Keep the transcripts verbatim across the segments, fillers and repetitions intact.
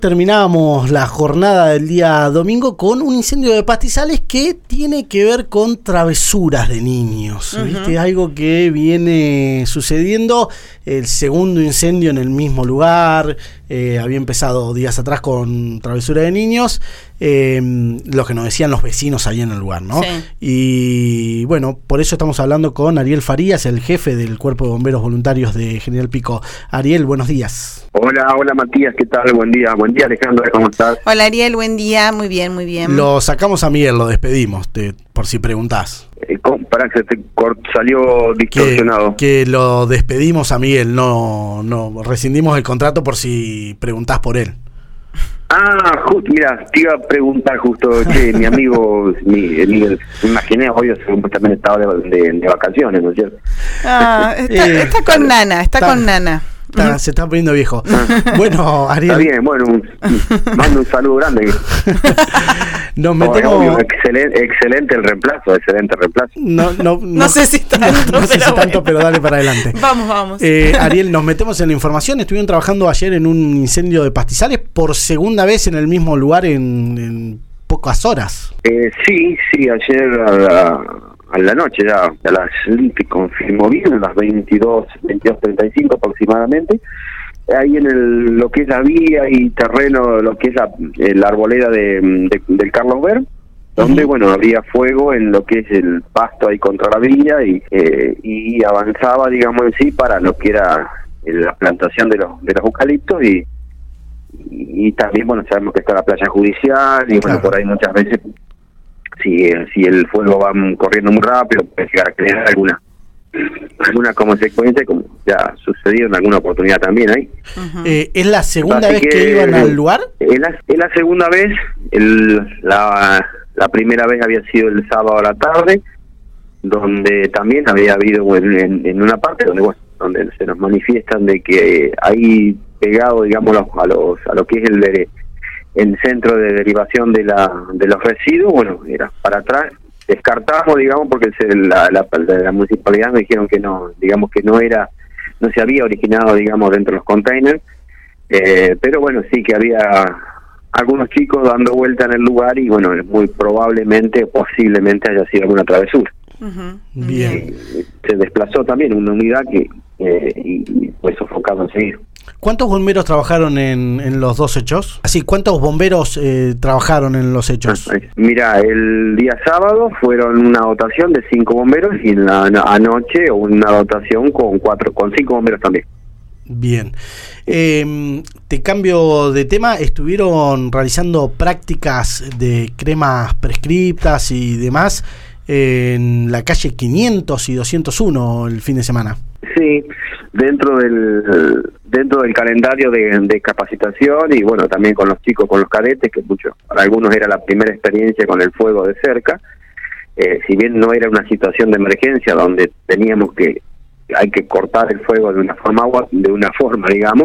Terminábamos la jornada del día domingo con un incendio de pastizales que tiene que ver con travesuras de niños. Uh-huh. ¿Viste? Algo que viene sucediendo. El segundo incendio en el mismo lugar. Eh, había empezado días atrás con travesura de niños. Eh, lo que nos decían los vecinos ahí en el lugar, ¿no? Sí. Y bueno, por eso estamos hablando con Ariel Farías, el jefe del Cuerpo de Bomberos Voluntarios de General Pico. Ariel, buenos días. Hola, hola Matías, ¿qué tal? Buen día, buen día Alejandra, ¿cómo estás? Hola Ariel, buen día, muy bien, muy bien. Lo sacamos a Miguel, lo despedimos, te, por si preguntás. Eh, para que se te cort- salió distorsionado. Que, que lo despedimos a Miguel, no, no rescindimos el contrato por si preguntás por él. Ah, justo, mira, te iba a preguntar justo, che, mi amigo, mi, Miguel, me imaginé, obvio, también estaba de, de, de vacaciones, ¿no es cierto? Ah, está, Eh, está con Nana, está, está con Nana. Está, se está poniendo viejo. Ah. Bueno, Ariel. Está bien, bueno, un, mando un saludo grande. Nos metemos... Obvio, excelente, excelente el reemplazo, excelente reemplazo. No, no, no, no sé si tanto, no, no sé pero si bueno. tanto, pero dale para adelante. Vamos, vamos. Eh, Ariel, nos metemos en la información. Estuvieron trabajando ayer en un incendio de pastizales por segunda vez en el mismo lugar en, en pocas horas. Eh, sí, sí, ayer a la, a la noche ya, a las, te confirmo bien, a las veintidós, veintidós treinta y cinco aproximadamente, ahí en el, lo que es la vía y terreno, lo que es la, la arboleda de, de, del Carlos Ver, donde, uh-huh. bueno, había fuego en lo que es el pasto ahí contra la villa y, eh, y avanzaba, digamos en sí, para lo que era la plantación de los, de los eucaliptos y, y, y también, bueno, sabemos que está la playa judicial y, bueno, claro. por ahí muchas veces, si, si el fuego va corriendo muy rápido, puede llegar a crear alguna alguna consecuencia, como ya sucedió en alguna oportunidad también ahí. Uh-huh. Eh, ¿Es la segunda Así vez que, que iban al lugar? Es la, es la segunda vez, el, la, la primera vez había sido el sábado a la tarde, donde también había habido en, en una parte donde bueno, donde se nos manifiestan de que hay pegado, digamos, a los a lo que es el, de, el centro de derivación de la de los residuos, bueno, era para atrás. Descartamos, digamos, porque se, la, la, la municipalidad me dijeron que no, digamos que no era, no se había originado, digamos, dentro de los containers, eh, pero bueno, sí que había algunos chicos dando vuelta en el lugar y bueno, muy probablemente, posiblemente haya sido alguna travesura. Uh-huh. Bien. Eh, se desplazó también una unidad que eh, y, y fue sofocado enseguida. ¿Cuántos bomberos trabajaron en, en los dos hechos? Así, ¿cuántos bomberos eh, trabajaron en los hechos? Mira, el día sábado fueron una dotación de cinco bomberos y en la anoche una dotación con cuatro, con cinco bomberos también. Bien. Eh, te cambio de tema. Estuvieron realizando prácticas de cremas prescriptas y demás en la calle quinientos y doscientos uno el fin de semana. Sí, dentro del dentro del calendario de, de capacitación y bueno, también con los chicos, con los cadetes, que muchos, para algunos era la primera experiencia con el fuego de cerca, eh, si bien no era una situación de emergencia donde teníamos que, hay que cortar el fuego de una forma, de una forma digamos,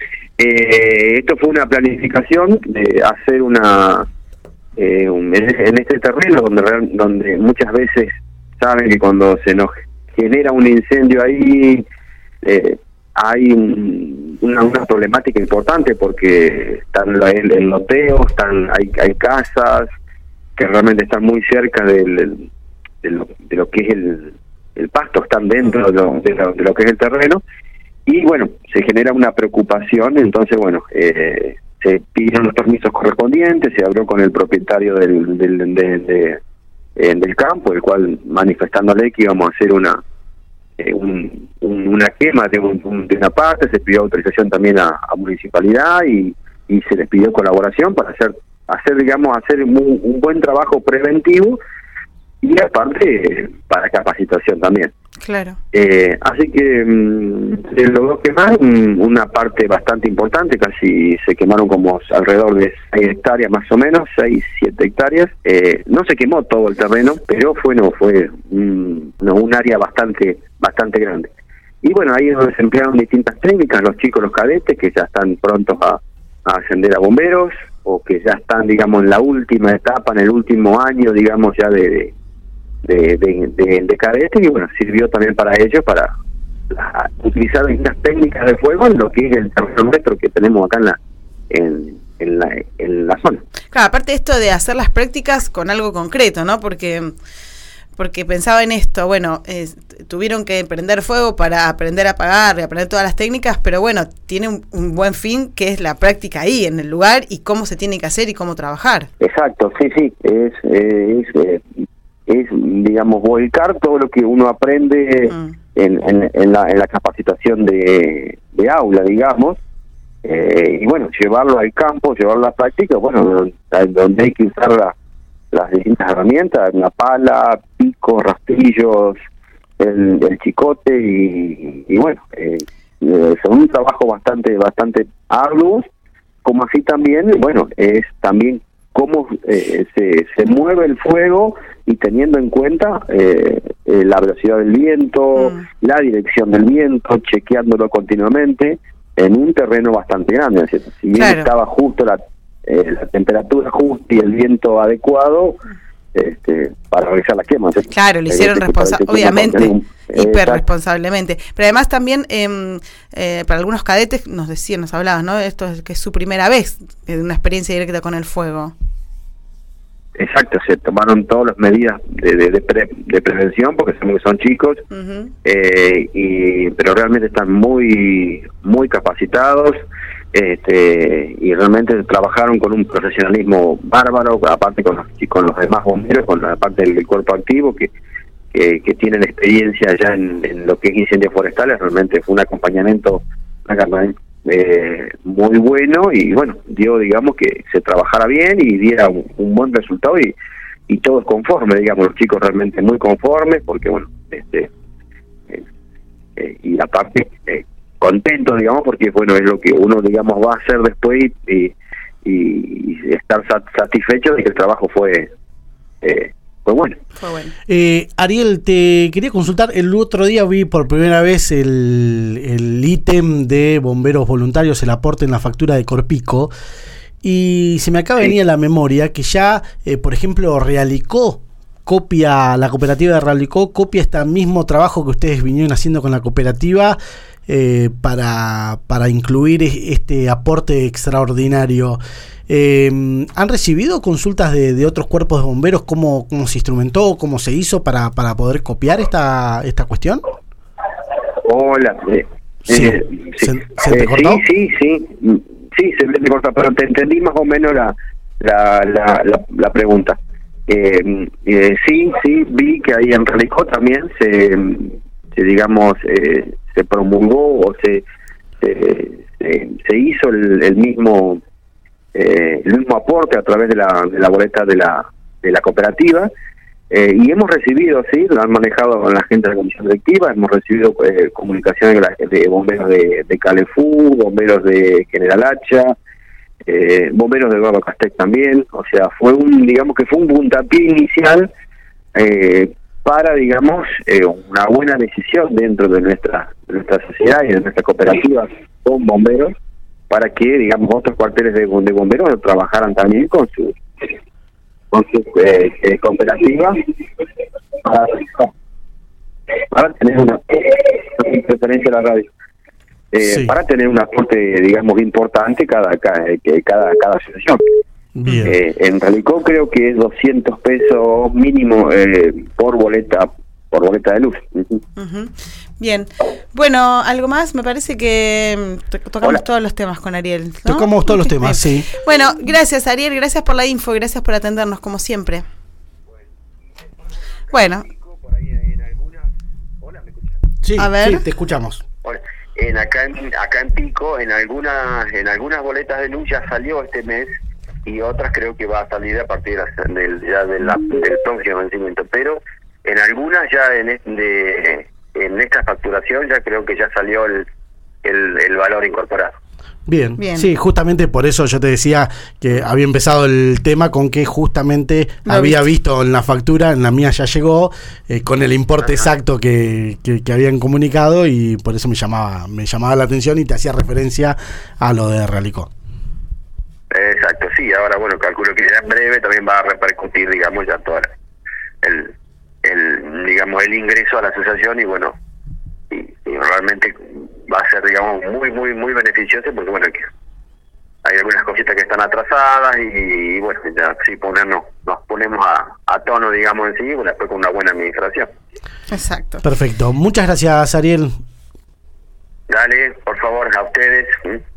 eh, esto fue una planificación de hacer una, eh, un, en este terreno donde, donde muchas veces saben que cuando se nos genera un incendio ahí, eh, hay un, una, una problemática importante porque están el, el loteo, están hay, hay casas que realmente están muy cerca del, de, lo, de lo que es el, el pasto, están dentro de lo, de, lo, de lo que es el terreno y bueno, se genera una preocupación, entonces bueno, eh, se pidieron los permisos correspondientes, se habló con el propietario del, del, de, de, de, eh, del campo, el cual manifestándole que íbamos a hacer una Eh, un, un, una quema de, un, un, de una parte, se pidió autorización también a, a municipalidad y, y se les pidió colaboración para hacer, hacer digamos, hacer un, un buen trabajo preventivo y aparte para capacitación también. Claro. Eh, así que mmm, se logró quemar un, una parte bastante importante, casi se quemaron como alrededor de seis hectáreas más o menos, seis, siete hectáreas. Eh, no se quemó todo el terreno, pero fue, no, fue un, no, un área bastante, bastante grande. Y bueno, ahí es donde se emplearon distintas técnicas, los chicos, los cadetes, que ya están prontos a, a ascender a bomberos, o que ya están, digamos, en la última etapa, en el último año, digamos, ya de... de De, de, de, de cadetes y bueno, sirvió también para ellos para la, utilizar distintas técnicas de fuego en lo que es el terreno nuestro que tenemos acá en la en, en la, en la zona. Claro, aparte de esto de hacer las prácticas con algo concreto, ¿no? Porque porque pensaba en esto, bueno, eh, tuvieron que prender fuego para aprender a apagar y aprender todas las técnicas, pero bueno, tiene un, un buen fin que es la práctica ahí, en el lugar, y cómo se tiene que hacer y cómo trabajar. Exacto, sí, sí, es, eh, es, eh, es, digamos, volcar todo lo que uno aprende mm. en, en, en, la, en la capacitación de, de aula, digamos, eh, y bueno, llevarlo al campo, llevarlo a la práctica, bueno, donde hay que usar la las distintas herramientas, una pala, pico, rastrillos, el, el chicote y, y bueno, eh, eh, son un trabajo bastante bastante arduo, como así también, bueno, es también cómo eh, se, se mueve el fuego y teniendo en cuenta eh, eh, la velocidad del viento, mm. la dirección del viento, chequeándolo continuamente en un terreno bastante grande, ¿cierto? Si bien claro. estaba justo la Eh, la temperatura justa y el viento adecuado este, para realizar las quemas. Claro, lo hicieron responsable, obviamente, un, eh, hiper responsablemente. Pero además también eh, eh, para algunos cadetes nos decían, nos hablabas, ¿no? Esto es que es su primera vez de una experiencia directa con el fuego. Exacto, se tomaron todas las medidas de, de, de, pre, de prevención porque sabemos que son chicos, uh-huh. eh, y pero realmente están muy muy capacitados. Este, y realmente trabajaron con un profesionalismo bárbaro, aparte con los, con los demás bomberos, con la parte del cuerpo activo que, que, que tienen experiencia ya en, en lo que es incendios forestales. Realmente fue un acompañamiento eh, muy bueno y bueno, dio, digamos, que se trabajara bien y diera un, un buen resultado y, y todos conformes, digamos, los chicos realmente muy conformes porque bueno, este eh, eh, y aparte eh, contento, digamos, porque bueno, es lo que uno, digamos, va a hacer después y, y, y estar satisfecho de que el trabajo fue eh, fue bueno. Fue bueno. Eh, Ariel, te quería consultar, el otro día vi por primera vez el, el ítem de bomberos voluntarios, el aporte en la factura de Corpico, y se me acaba de venir a la memoria que ya, eh, por ejemplo, Realicó copia, la cooperativa de Realicó copia este mismo trabajo que ustedes vinieron haciendo con la cooperativa, Eh, para, para incluir este aporte extraordinario. Eh, ¿Han recibido consultas de, de otros cuerpos de bomberos? ¿Cómo, cómo se instrumentó? ¿Cómo se hizo para, para poder copiar esta esta cuestión? Hola. Eh, sí. Eh, ¿Se, sí. ¿se te eh, cortó? Sí, sí, sí. Sí, se me cortó, pero te entendí más o menos la, la, la, la, la pregunta. Eh, eh, sí, sí, vi que ahí en Realicó también se, se digamos... Eh, se promulgó o se se, se, se hizo el, el mismo eh, el mismo aporte a través de la, de la boleta de la de la cooperativa eh, y hemos recibido, sí, lo han manejado con la gente de la comisión directiva, hemos recibido eh, comunicaciones de, de bomberos de, de Calefú, bomberos de General Hacha, eh, bomberos de Eduardo Castec también, o sea, fue un, digamos que fue un puntapié inicial eh, para, digamos, eh, una buena decisión dentro de nuestra de nuestra sociedad y de nuestra cooperativa con bomberos, para que, digamos, otros cuarteles de, de bomberos trabajaran también con su con su eh, eh, cooperativa para, para tener una preferencia a la radio eh, sí. para tener un aporte, digamos, importante cada cada cada, cada asociación. Bien. Eh, en Realicó creo que es doscientos pesos mínimo eh, por boleta por boleta de luz. Uh-huh. Uh-huh. Bien. Bueno, ¿algo más? Me parece que tocamos Hola. todos los temas con Ariel, ¿no? Tocamos todos los temas, sí. Bueno, gracias Ariel, gracias por la info, gracias por atendernos como siempre. Bueno. Sí, a ver. Sí, te escuchamos. Hola. En acá en, acá en Pico, en algunas en algunas boletas de luz ya salió este mes y otras creo que va a salir a partir del ya de la, del próximo vencimiento, pero en algunas ya en este, de, en esta facturación ya creo que ya salió el, el, el valor incorporado. Bien. Bien, sí, justamente por eso yo te decía que había empezado el tema con que justamente Lo había viste. visto en la factura, en la mía ya llegó, eh, con el importe Ajá. exacto que, que, que habían comunicado y por eso me llamaba me llamaba la atención y te hacía referencia a lo de Realicó. Exacto, sí, ahora bueno, calculo que ya en breve también va a repercutir, digamos, ya todo el, el digamos, el ingreso a la asociación y bueno, y, y realmente va a ser, digamos, muy, muy, muy beneficioso porque bueno, que hay algunas cositas que están atrasadas y, y bueno, ya sí ponernos, nos ponemos a, a tono, digamos, en sí, bueno, después con una buena administración. Exacto. Perfecto. Muchas gracias, Ariel. Dale, por favor, a ustedes.